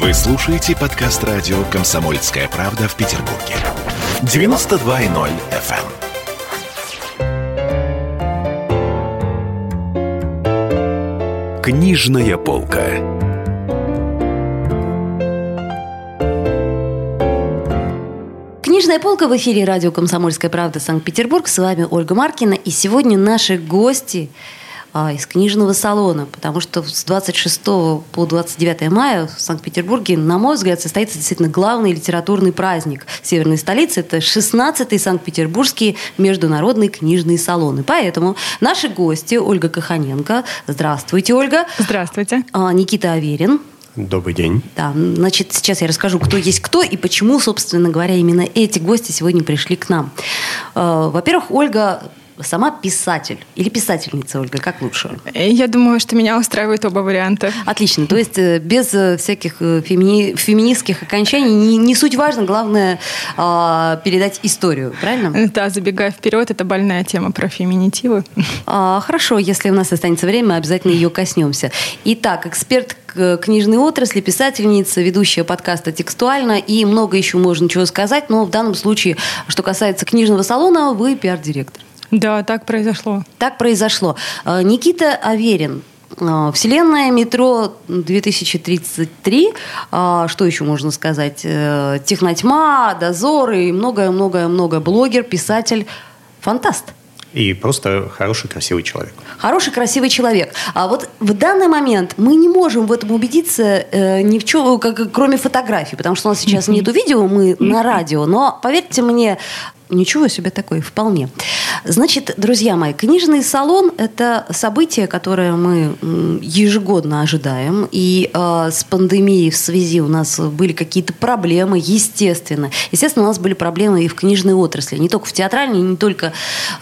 Вы слушаете подкаст радио «Комсомольская правда» в Петербурге. 92.0 FM. Книжная полка. Книжная полка в эфире радио «Комсомольская правда» Санкт-Петербург. С вами Ольга Маркина. И сегодня наши гости из книжного салона, потому что с 26 по 29 мая в Санкт-Петербурге, на мой взгляд, состоится действительно главный литературный праздник северной столицы. Это 16-й Санкт-Петербургский международный книжный салон. И поэтому наши гости: Ольга Коханенко. Здравствуйте, Ольга. Здравствуйте. Никита Аверин. Добрый день. Да, значит, сейчас я расскажу, кто есть кто и почему, собственно говоря, именно эти гости сегодня пришли к нам. Во-первых, Ольга сама писатель или писательница, Ольга, как лучше? Я думаю, что меня устраивают оба варианта. Отлично, то есть без всяких феминистских окончаний, не суть важно, главное передать историю, правильно? Да, забегая вперед, это больная тема про феминитивы. Хорошо, если у нас останется время, обязательно ее коснемся. Итак, эксперт книжной отрасли, писательница, ведущая подкаста «Текстуально», и много еще можно чего сказать, но в данном случае, что касается книжного салона, вы пиар-директор. Да, так произошло. Так произошло. Никита Аверин. Вселенная метро 2033. Что еще можно сказать? Технотьма, дозор и многое-многое-многое. Блогер, писатель, фантаст. И просто хороший, красивый человек. Хороший, красивый человек. А вот в данный момент мы не можем в этом убедиться ни в чем, кроме фотографий, потому что у нас сейчас нету видео, мы на радио. Но поверьте мне, ничего себе такое, вполне. Значит, друзья мои, книжный салон – это событие, которое мы ежегодно ожидаем. И с пандемией в связи у нас были какие-то проблемы, естественно. Естественно, у нас были проблемы и в книжной отрасли. Не только в театральной, не только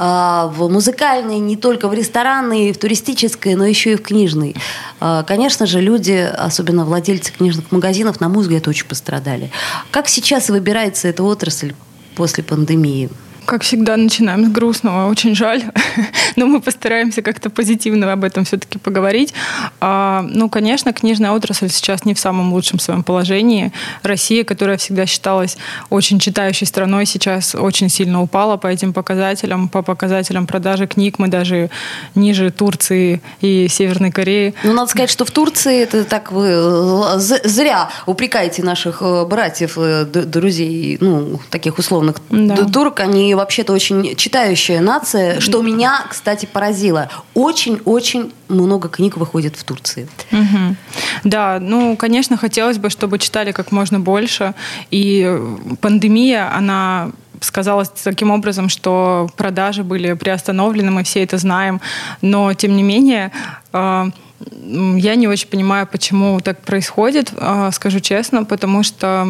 в музыкальной, не только в ресторанной, в туристической, но еще и в книжной. Конечно же, люди, особенно владельцы книжных магазинов, на мой взгляд, очень пострадали. Как сейчас выбирается эта отрасль после пандемии? Как всегда, начинаем с грустного. Очень жаль. Но мы постараемся как-то позитивно об этом все-таки поговорить. Конечно, книжная отрасль сейчас не в самом лучшем своем положении. Россия, которая всегда считалась очень читающей страной, сейчас очень сильно упала по этим показателям. По показателям продажи книг мы даже ниже Турции и Северной Кореи. Надо сказать, что в Турции, это так вы зря упрекаете наших братьев, друзей, таких условных турок. Они вообще-то очень читающая нация, что меня, кстати, поразило. Очень-очень много книг выходит в Турции. Угу. Да, конечно, хотелось бы, чтобы читали как можно больше. И пандемия, она сказалось таким образом, что продажи были приостановлены, мы все это знаем. Но, тем не менее, я не очень понимаю, почему так происходит, скажу честно, потому что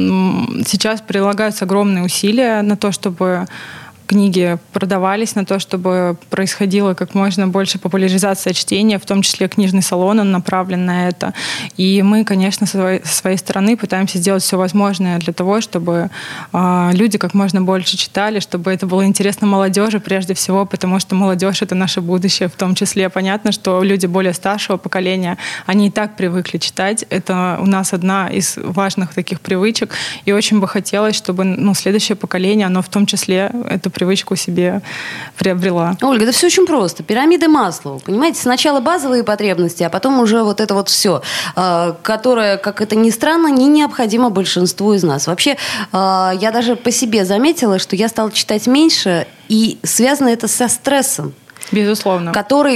сейчас прилагаются огромные усилия на то, чтобы книги продавались, на то, чтобы происходило как можно больше популяризация чтения, в том числе книжный салон, он направлен на это. И мы, конечно, со своей стороны пытаемся сделать все возможное для того, чтобы люди как можно больше читали, чтобы это было интересно молодежи прежде всего, потому что молодежь — это наше будущее в том числе. Понятно, что люди более старшего поколения, они и так привыкли читать. Это у нас одна из важных таких привычек. И очень бы хотелось, чтобы следующее поколение, оно в том числе эту привычку себе приобрела. Ольга, это все очень просто. Пирамида Маслоу. Понимаете, сначала базовые потребности, а потом уже вот это вот все, которое, как это ни странно, не необходимо большинству из нас. Вообще, я даже по себе заметила, что я стала читать меньше, и связано это со стрессом. Безусловно. Который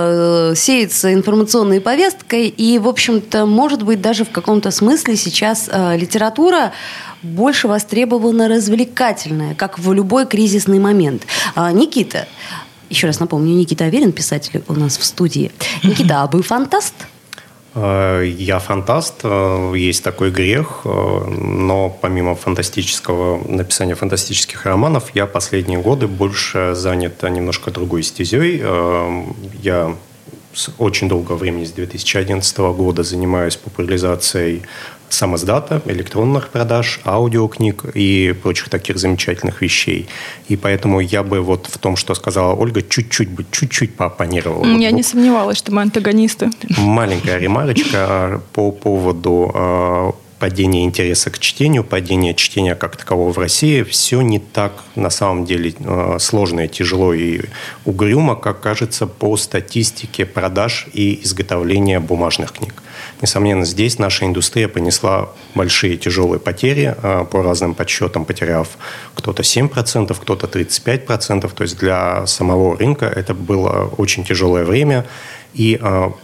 сеется информационной повесткой. И, в общем-то, может быть, даже в каком-то смысле сейчас литература больше востребована развлекательная, как в любой кризисный момент. Никита, еще раз напомню, Никита Аверин, писатель у нас в студии. Никита, а вы фантаст? Я фантаст, есть такой грех, но помимо написания фантастических романов, я последние годы больше занят немножко другой стезей. Я с очень долгого времени, с 2011 года, занимаюсь популяризацией самоздата, электронных продаж, аудиокниг и прочих таких замечательных вещей. И поэтому я бы вот в том, что сказала Ольга, чуть-чуть пооппонировала. Я не сомневалась, что мы антагонисты. Маленькая ремарочка по поводу падение интереса к чтению, падение чтения как такового в России. Все не так, на самом деле, сложно и тяжело и угрюмо, как кажется по статистике продаж и изготовления бумажных книг. Несомненно, здесь наша индустрия понесла большие тяжелые потери, по разным подсчетам потеряв кто-то 7%, кто-то 35%. То есть для самого рынка это было очень тяжелое время, и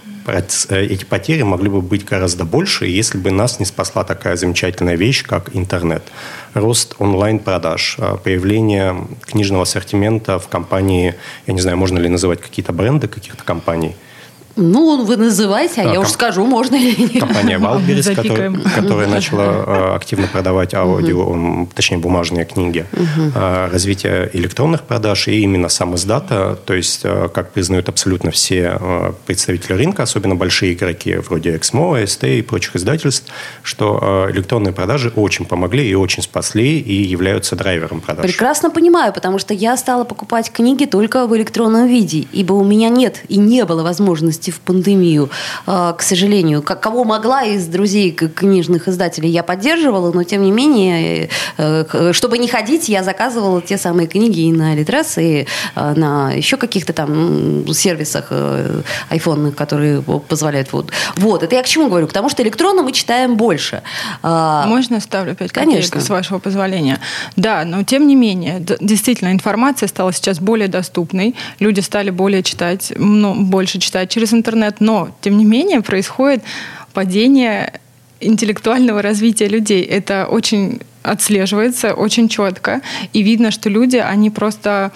эти потери могли бы быть гораздо больше, если бы нас не спасла такая замечательная вещь, как интернет. Рост онлайн-продаж, появление книжного ассортимента в компании, я не знаю, можно ли называть какие-то бренды каких-то компаний. Ну, вы называйте, я уж скажу, можно или нет. Компания Валберис, которая начала активно продавать аудио, точнее, бумажные книги. Развитие электронных продаж и именно сам издата, то есть, как признают абсолютно все представители рынка, особенно большие игроки вроде Эксмо, СТ и прочих издательств, что электронные продажи очень помогли и очень спасли и являются драйвером продаж. Прекрасно понимаю, потому что я стала покупать книги только в электронном виде, ибо у меня нет и не было возможности в пандемию, к сожалению. Кого могла из друзей книжных издателей я поддерживала, но тем не менее, чтобы не ходить, я заказывала те самые книги и на Литрес, и на еще каких-то там сервисах айфонных, которые позволяют. Вот. Это я к чему говорю? Потому что электронно мы читаем больше. Можно я ставлю 5 копеек, с вашего позволения? Да, но тем не менее, действительно, информация стала сейчас более доступной, люди стали более читать, больше читать через интернет, но, тем не менее, происходит падение интеллектуального развития людей. Это очень отслеживается, очень четко, и видно, что люди, они просто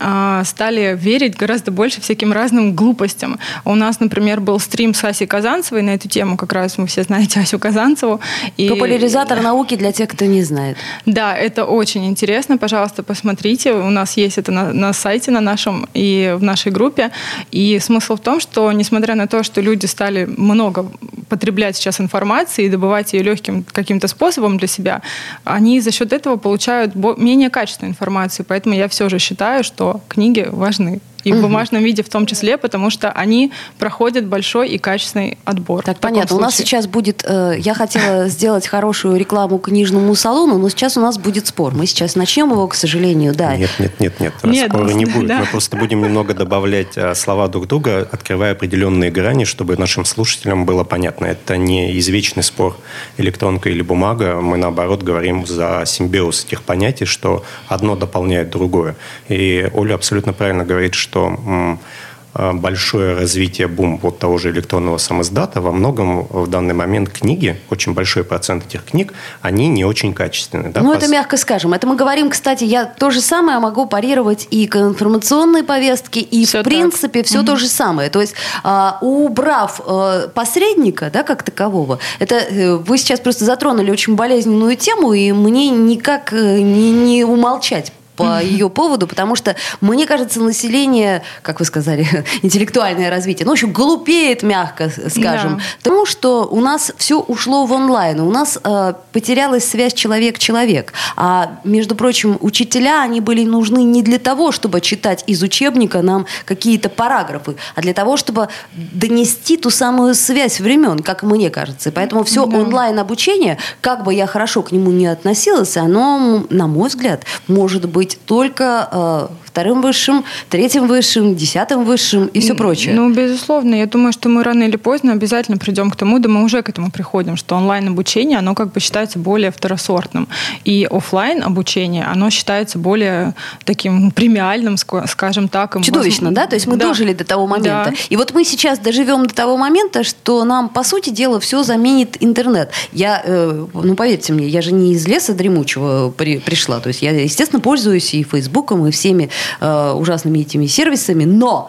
стали верить гораздо больше всяким разным глупостям. У нас, например, был стрим с Асей Казанцевой на эту тему, как раз вы все знаете Асю Казанцеву. Популяризатор науки для тех, кто не знает. Да, это очень интересно, пожалуйста, посмотрите. У нас есть это на сайте, на нашем и в нашей группе. И смысл в том, что, несмотря на то, что люди стали много потреблять сейчас информации и добывать ее легким каким-то способом для себя, они за счет этого получают менее качественную информацию. Поэтому я все же считаю, что книги важны. И в бумажном виде в том числе, потому что они проходят большой и качественный отбор. Так, понятно. У нас сейчас будет... Я хотела сделать хорошую рекламу книжному салону, но сейчас у нас будет спор. Мы сейчас начнем его, к сожалению, да. Нет. Спора не будет. Да. Мы просто будем немного добавлять слова друг друга, открывая определенные грани, чтобы нашим слушателям было понятно. Это не извечный спор электронка или бумага. Мы, наоборот, говорим за симбиоз этих понятий, что одно дополняет другое. И Оля абсолютно правильно говорит, что большое развитие, бум вот того же электронного самиздата, во многом в данный момент книги, очень большой процент этих книг, они не очень качественные. Да? Это мягко скажем. Это мы говорим, кстати, я то же самое могу парировать и к информационной повестке, и все в принципе все то же самое. То есть убрав посредника, да, как такового, это вы сейчас просто затронули очень болезненную тему, и мне никак не умолчать по ее поводу, потому что, мне кажется, население, как вы сказали, интеллектуальное развитие, еще глупеет, мягко скажем, потому что у нас все ушло в онлайн, у нас потерялась связь человек-человек. А, между прочим, учителя, они были нужны не для того, чтобы читать из учебника нам какие-то параграфы, а для того, чтобы донести ту самую связь времен, как мне кажется. И поэтому все онлайн-обучение, как бы я хорошо к нему не относилась, оно, на мой взгляд, может быть только вторым высшим, третьим высшим, 10-м высшим и все прочее. Безусловно. Я думаю, что мы рано или поздно обязательно придем к тому, да мы уже к этому приходим, что онлайн-обучение, оно как бы считается более второсортным. И офлайн-обучение, оно считается более таким премиальным, скажем так. Чудовищно, да? То есть мы дожили до того момента. Да. И вот мы сейчас доживем до того момента, что нам, по сути дела, все заменит интернет. Я, поверьте мне, я же не из леса дремучего пришла. То есть я, естественно, пользуюсь и Фейсбуком, и всеми ужасными этими сервисами, но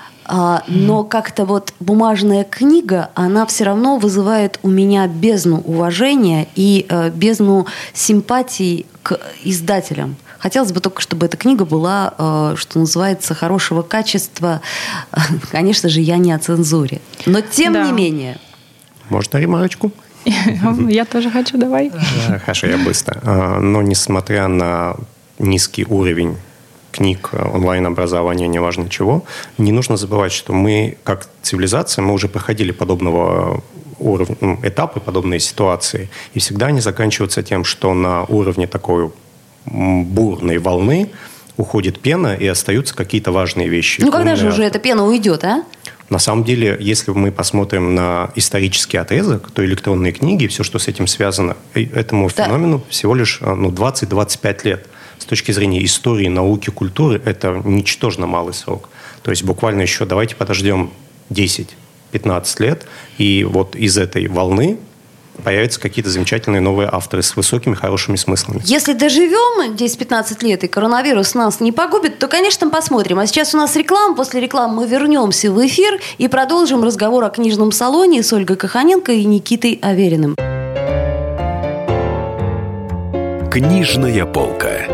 как-то вот бумажная книга, она все равно вызывает у меня бездну уважения и бездну симпатий к издателям. Хотелось бы только, чтобы эта книга была, что называется, хорошего качества. Конечно же, я не о цензуре. Но тем не менее. Можно ремарочку? Я тоже хочу, давай. Хорошо, я быстро. Но несмотря на низкий уровень книг, онлайн-образования, неважно чего, не нужно забывать, что мы, как цивилизация, мы уже проходили подобного этапы, подобные ситуации. И всегда они заканчиваются тем, что на уровне такой бурной волны уходит пена, и остаются какие-то важные вещи. Ну, когда же уже эта пена уйдет, а? На самом деле, если мы посмотрим на исторический отрезок, то электронные книги, все, что с этим связано, этому феномену всего лишь 20-25 лет. С точки зрения истории, науки, культуры, это ничтожно малый срок. То есть буквально еще давайте подождем 10-15 лет, и вот из этой волны появятся какие-то замечательные новые авторы с высокими, хорошими смыслами. Если доживем 10-15 лет и коронавирус нас не погубит, то, конечно, посмотрим. А сейчас у нас реклама. После рекламы мы вернемся в эфир и продолжим разговор о книжном салоне с Ольгой Коханенко и Никитой Авериным. Книжная полка.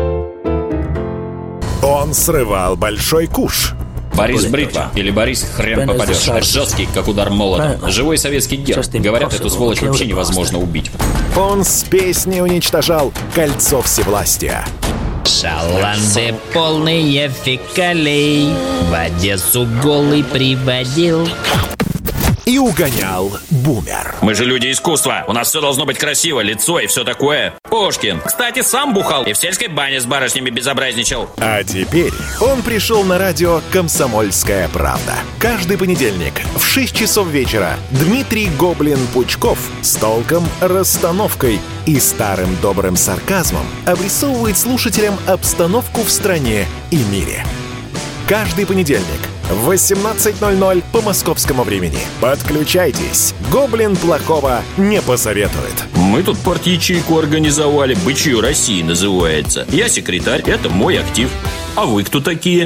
Он срывал большой куш. Борис Бритва или Борис хрен попадешь. Жесткий, как удар молотом. Живой советский герб. Говорят, эту сволочь вообще невозможно убить. Он с песней уничтожал кольцо всевластия. Шаланды полные фекалей в Одессу голый приводил. И угонял бумер. Мы же люди искусства. У нас все должно быть красиво, лицо и все такое. Пушкин, кстати, сам бухал и в сельской бане с барышнями безобразничал. А теперь он пришел на радио «Комсомольская правда». Каждый понедельник в 6 часов вечера Дмитрий Гоблин-Пучков с толком, расстановкой и старым добрым сарказмом обрисовывает слушателям обстановку в стране и мире. Каждый понедельник в 18:00 по московскому времени. Подключайтесь. Гоблин плохого не посоветует. Мы тут парт-ячейку организовали. «Бычье России» называется. Я секретарь, это мой актив. А вы кто такие?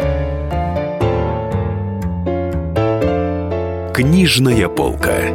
Книжная полка.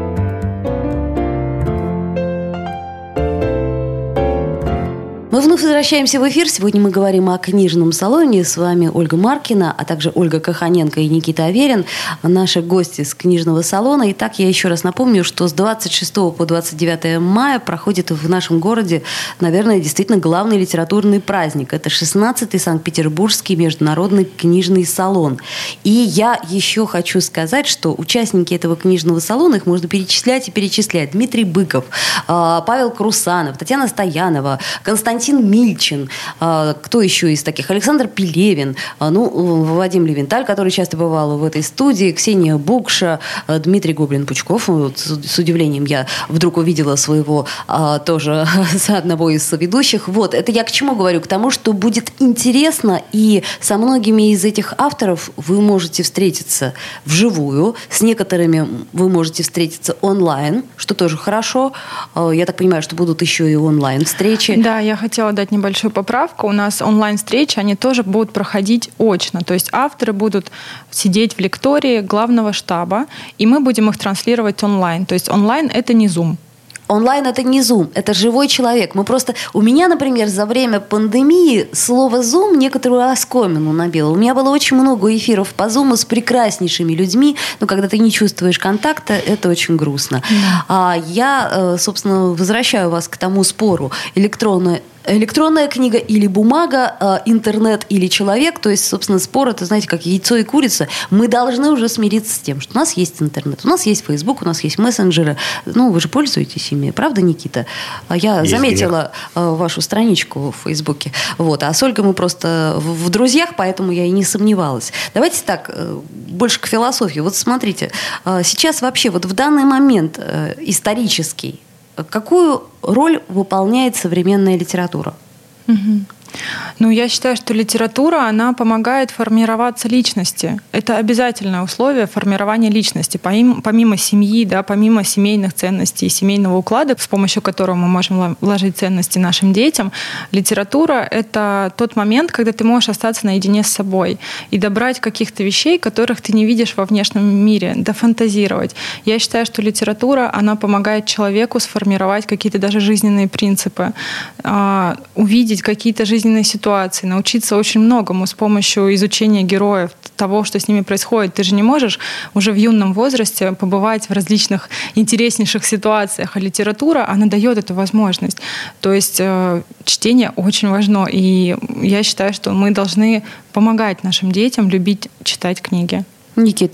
Мы вновь возвращаемся в эфир. Сегодня мы говорим о книжном салоне. С вами Ольга Маркина, а также Ольга Коханенко и Никита Аверин, наши гости с книжного салона. Итак, я еще раз напомню, что с 26 по 29 мая проходит в нашем городе, наверное, действительно главный литературный праздник. Это 16-й Санкт-Петербургский международный книжный салон. И я еще хочу сказать, что участники этого книжного салона, их можно перечислять и перечислять. Дмитрий Быков, Павел Крусанов, Татьяна Стоянова, Константин Мильчин, кто еще из таких? Александр Пелевин, Вадим Левенталь, который часто бывал в этой студии, Ксения Букша, Дмитрий Гоблин-Пучков. Вот, с удивлением я вдруг увидела своего тоже одного из ведущих. Вот, это я к чему говорю? К тому, что будет интересно, и со многими из этих авторов вы можете встретиться вживую, с некоторыми вы можете встретиться онлайн, что тоже хорошо. Я так понимаю, что будут еще и онлайн-встречи. Да, я хотела дать небольшую поправку. У нас онлайн-встречи, они тоже будут проходить очно. То есть авторы будут сидеть в лектории главного штаба, и мы будем их транслировать онлайн. То есть онлайн — это не Zoom. Онлайн — это не Zoom, это живой человек. У меня, например, за время пандемии слово Zoom некоторую оскомину набило. У меня было очень много эфиров по Zoom с прекраснейшими людьми, но когда ты не чувствуешь контакта, это очень грустно. Я, собственно, возвращаю вас к тому спору. Электронная книга или бумага, интернет или человек. То есть, собственно, спор — это, знаете, как яйцо и курица. Мы должны уже смириться с тем, что у нас есть интернет, у нас есть Facebook, у нас есть мессенджеры. Вы же пользуетесь ими, правда, Никита? Я есть заметила вашу страничку в Фейсбуке. Вот. А с Ольгой мы просто в друзьях, поэтому я и не сомневалась. Давайте так, больше к философии. Вот смотрите, сейчас вообще вот в данный момент исторический, какую роль выполняет современная литература? Я считаю, что литература, она помогает формироваться личности. Это обязательное условие формирования личности. Помимо семьи, помимо семейных ценностей, семейного уклада, с помощью которого мы можем вложить ценности нашим детям, литература — это тот момент, когда ты можешь остаться наедине с собой и добрать каких-то вещей, которых ты не видишь во внешнем мире, дофантазировать. Я считаю, что литература, она помогает человеку сформировать какие-то даже жизненные принципы, увидеть какие-то жизненные ситуации, научиться очень многому с помощью изучения героев, того, что с ними происходит. Ты же не можешь уже в юном возрасте побывать в различных интереснейших ситуациях, а литература, она дает эту возможность. То есть чтение очень важно, и я считаю, что мы должны помогать нашим детям любить читать книги. Никита?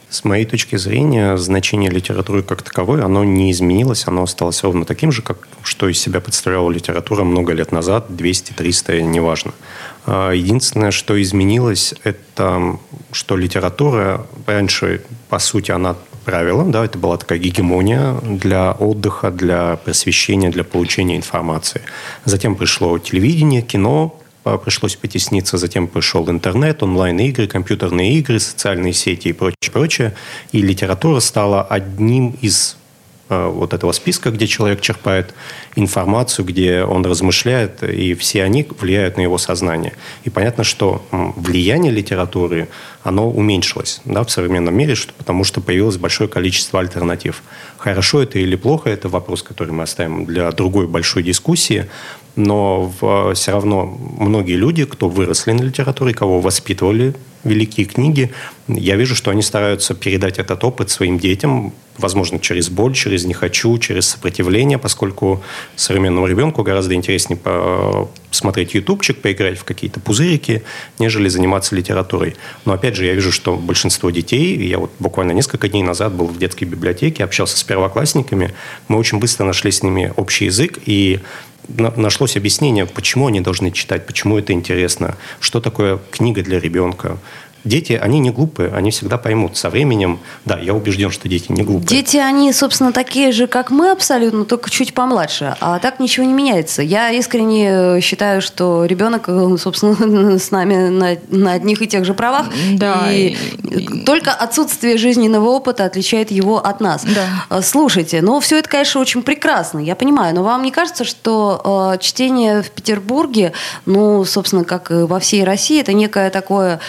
С моей точки зрения, значение литературы как таковой, оно не изменилось, оно осталось ровно таким же, как что из себя представляла литература много лет назад, 200, 300, неважно. Единственное, что изменилось, это что литература раньше, по сути, она правила, да, это была такая гегемония для отдыха, для просвещения, для получения информации. Затем пришло телевидение, кино, пришлось потесниться, затем пришел интернет, онлайн-игры, компьютерные игры, социальные сети и прочее. И литература стала одним из вот этого списка, где человек черпает информацию, где он размышляет, и все они влияют на его сознание. И понятно, что влияние литературы, оно уменьшилось, да, в современном мире, потому что появилось большое количество альтернатив. Хорошо это или плохо, это вопрос, который мы оставим для другой большой дискуссии, но все равно многие люди, кто выросли на литературе, кого воспитывали великие книги, я вижу, что они стараются передать этот опыт своим детям, возможно, через боль, через «не хочу», через сопротивление, поскольку современному ребенку гораздо интереснее посмотреть ютубчик, поиграть в какие-то пузырики, нежели заниматься литературой. Но, опять же, я вижу, что большинство детей, я вот буквально несколько дней назад был в детской библиотеке, общался с первоклассниками, мы очень быстро нашли с ними общий язык, и нашлось объяснение, почему они должны читать, почему это интересно, что такое книга для ребенка. Дети, они не глупые, они всегда поймут. Со временем, да, я убежден, что дети не глупые. Дети, они, собственно, такие же, как мы абсолютно, только чуть помладше. А так ничего не меняется. Я искренне считаю, что ребенок, собственно, с нами на одних и тех же правах. Да. И только отсутствие жизненного опыта отличает его от нас. Да. Слушайте, ну, все это, конечно, очень прекрасно, я понимаю. Но вам не кажется, что чтение в Петербурге, ну, собственно, как и во всей России, это некое такое...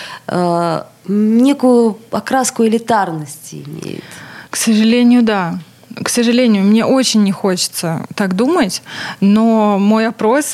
некую окраску элитарности имеет? К сожалению, да. К сожалению, мне очень не хочется так думать, но мой опрос,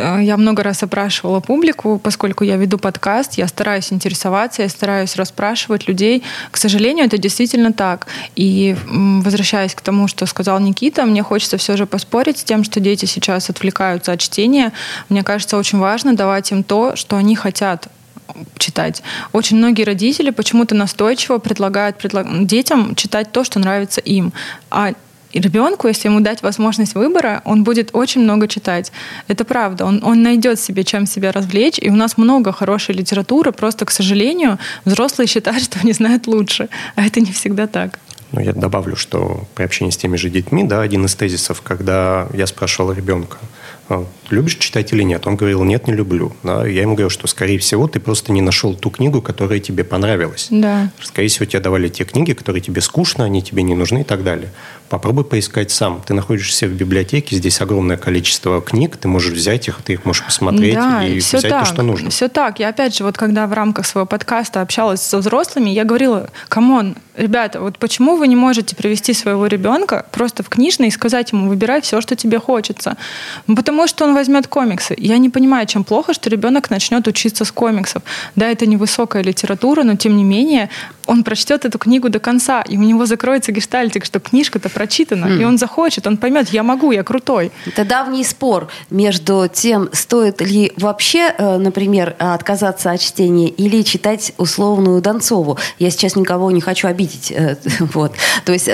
я много раз опрашивала публику, поскольку я веду подкаст, я стараюсь интересоваться, я стараюсь расспрашивать людей. К сожалению, это действительно так. И возвращаясь к тому, что сказал Никита, мне хочется все же поспорить с тем, что дети сейчас отвлекаются от чтения. Мне кажется, очень важно давать им то, что они хотят читать. Очень многие родители почему-то настойчиво предлагают детям читать то, что нравится им. А ребенку, если ему дать возможность выбора, он будет очень много читать. Это правда. Он найдет себе, чем себя развлечь. И у нас много хорошей литературы. Просто, к сожалению, взрослые считают, что они знают лучше. А это не всегда так. Ну, я добавлю, что при общении с теми же детьми, да, один из тезисов, когда я спрашивал ребенка, любишь читать или нет? Он говорил, нет, не люблю. Да, я ему говорю, что, скорее всего, ты просто не нашел ту книгу, которая тебе понравилась. Да. Скорее всего, тебе давали те книги, которые тебе скучно, они тебе не нужны и так далее. Попробуй поискать сам. Ты находишься в библиотеке, здесь огромное количество книг, ты можешь взять их, ты их можешь посмотреть, да, и взять так, то, что нужно. Все так. Я, опять же, вот когда в рамках своего подкаста общалась со взрослыми, я говорила, камон, ребята, вот почему вы не можете привести своего ребенка просто в книжный и сказать ему, выбирай все, что тебе хочется? Потому что он возьмет комиксы. Я не понимаю, чем плохо, что ребенок начнет учиться с комиксов. Да, это невысокая литература, но тем не менее он прочтет эту книгу до конца, и у него закроется гештальтик, что книжка-то прочитана, и он захочет, он поймет, я могу, я крутой. Это давний спор между тем, стоит ли вообще, например, отказаться от чтения или читать условную Донцову. Я сейчас никого не хочу обидеть. Вот. То есть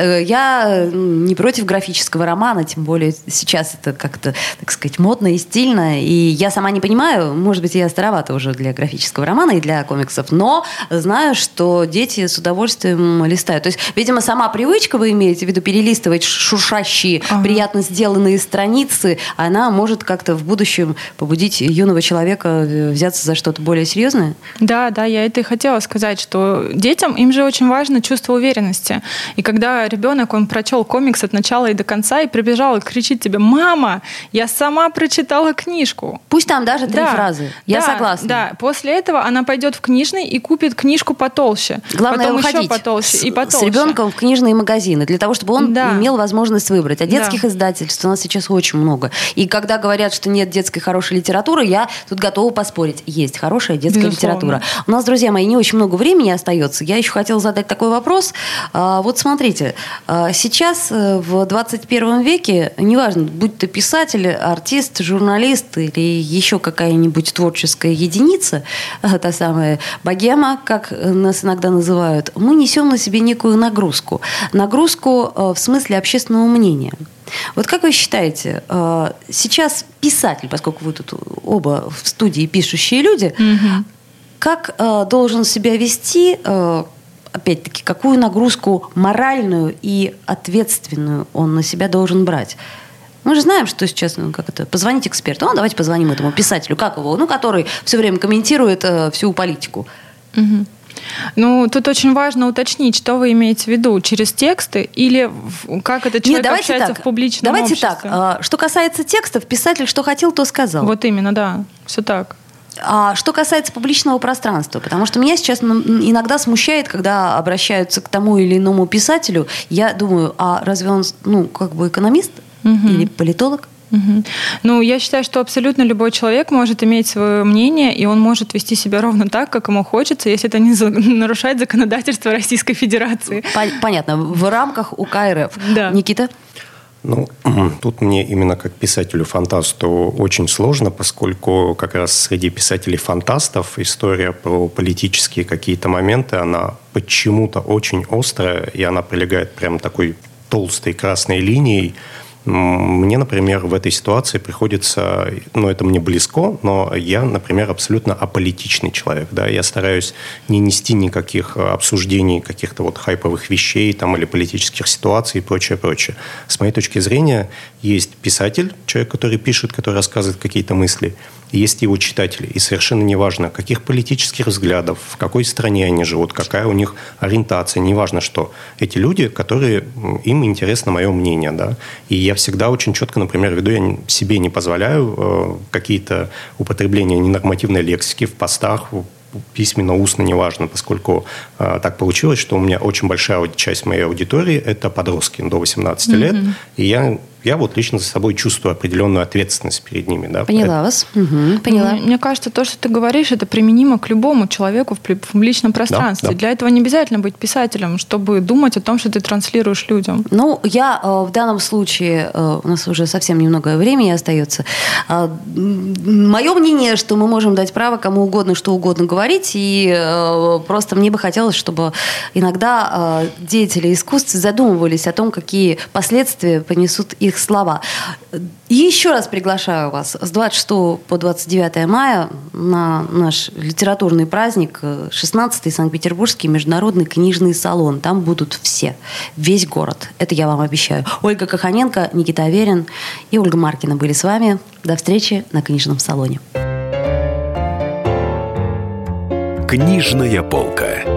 я не против графического романа, тем более сейчас это как-то, так сказать, модно и стильно. И я сама не понимаю, может быть, я старовата уже для графического романа и для комиксов, но знаю, что дети с удовольствием листают. То есть, видимо, сама привычка, вы имеете в виду, перелистывать шуршащие, приятно сделанные страницы, она может как-то в будущем побудить юного человека взяться за что-то более серьезное? Да, я это и хотела сказать, что детям, им же очень важно чувство уверенности. И когда ребенок, он прочел комикс от начала и до конца и прибежал и кричит тебе, мама, я сама прочитала книжку. Пусть там даже 3 фразы. Я согласна. Да, после этого она пойдет в книжный и купит книжку потолще. Главное, потом выходить еще потолще и потолще. с ребенком в книжные магазины, для того, чтобы он имел возможность выбрать. А детских издательств у нас сейчас очень много. И когда говорят, что нет детской хорошей литературы, я тут готова поспорить. Есть хорошая детская литература. У нас, друзья мои, не очень много времени остается. Я еще хотела задать такой вопрос. Вот смотрите, сейчас в 21 веке, неважно, будь ты писатель, артист, журналист или еще какая-нибудь творческая единица, та самая богема, как нас иногда называют, мы несем на себе некую нагрузку. Нагрузку в смысле общественного мнения. Вот как вы считаете, сейчас писатель, поскольку вы тут оба в студии пишущие люди, как должен себя вести, опять-таки, какую нагрузку моральную и ответственную он на себя должен брать? Мы же знаем, что сейчас, позвонить эксперту. Давайте позвоним этому писателю, как его, который все время комментирует всю политику. Тут очень важно уточнить, что вы имеете в виду, через тексты или как этот человек общается в публичном обществе. Давайте так. Что касается текстов, писатель что хотел, то сказал. Вот именно, да. Все так. А что касается публичного пространства, потому что меня сейчас иногда смущает, когда обращаются к тому или иному писателю, я думаю, а разве он, экономист или политолог? Я считаю, что абсолютно любой человек может иметь свое мнение, и он может вести себя ровно так, как ему хочется, если это не нарушает законодательство Российской Федерации. Понятно. В рамках УК РФ. Да. Никита? Тут мне именно как писателю-фантасту очень сложно, поскольку как раз среди писателей-фантастов история про политические какие-то моменты, она почему-то очень острая, и она прилегает прям такой толстой красной линией. Мне, например, в этой ситуации приходится, это мне близко, но я, например, абсолютно аполитичный человек. Да? Я стараюсь не нести никаких обсуждений каких-то хайповых вещей или политических ситуаций и прочее, прочее. С моей точки зрения, есть писатель, человек, который пишет, который рассказывает какие-то мысли, и есть его читатели. И совершенно неважно, каких политических взглядов, в какой стране они живут, какая у них ориентация, неважно что. Эти люди, которые, им интересно мое мнение. Да? И я всегда очень четко, например, я себе не позволяю какие-то употребления ненормативной лексики в постах, письменно, устно, неважно, поскольку так получилось, что у меня очень большая часть моей аудитории – это подростки до 18 лет, и я лично за собой чувствую определенную ответственность перед ними. Да? Поняла вас. Поняла. Мне кажется, то, что ты говоришь, это применимо к любому человеку в публичном пространстве. Да. Для этого не обязательно быть писателем, чтобы думать о том, что ты транслируешь людям. Я в данном случае, у нас уже совсем немного времени остается, мое мнение, что мы можем дать право кому угодно, что угодно говорить, и просто мне бы хотелось, чтобы иногда деятели искусств задумывались о том, какие последствия понесут их слова. И еще раз приглашаю вас с 26 по 29 мая на наш литературный праздник, 16-й Санкт-Петербургский международный книжный салон. Там будут все, весь город. Это я вам обещаю. Ольга Коханенко, Никита Аверин и Ольга Маркина были с вами. До встречи на книжном салоне. Книжная полка.